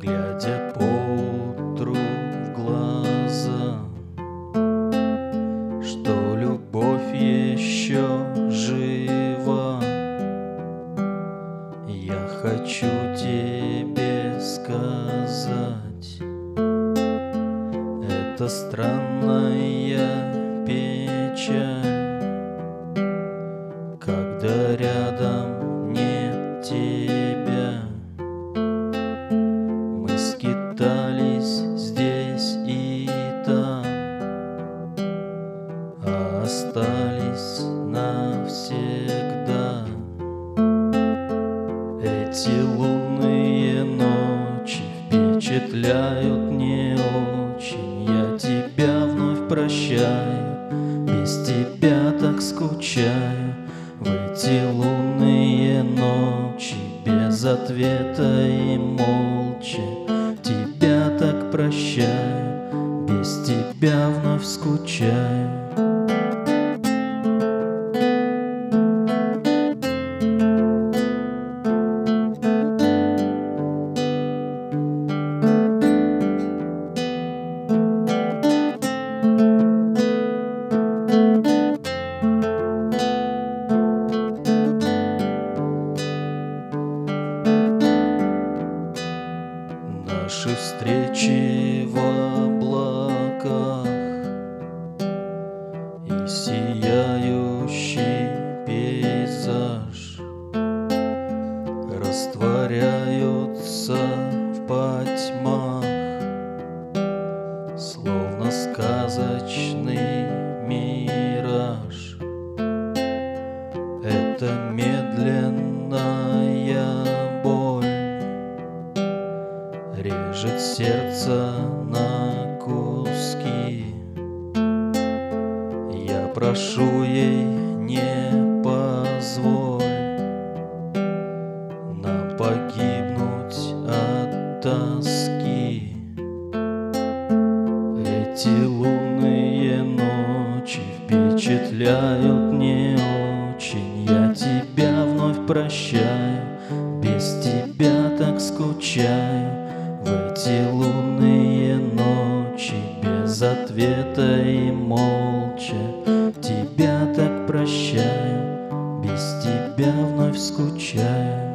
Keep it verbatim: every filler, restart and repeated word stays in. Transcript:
глядя поутру в глаза, что любовь еще жива. Я хочу тебе сказать, это странная печаль, когда рядом нет тебя. Мы скитались здесь и там, а остались навсегда. Эти лунные ночи впечатляют не очень. Я тебя вновь прощаю, без тебя так скучаю. В эти лунные ночи без ответа и молча тебя так прощаю, без тебя вновь скучаю. Наши встречи в облаках и сияющий пейзаж растворяются в потьмах, словно сказочный мираж. Это медленная боль режет сердце на куски. Я прошу ей, не позволь нам погибнуть от тоски. Эти лунные ночи впечатляют не очень. Я тебя вновь прощаю, без тебя так скучаю. В эти лунные ночи без ответа и молча тебя так прощаю, без тебя вновь скучаю.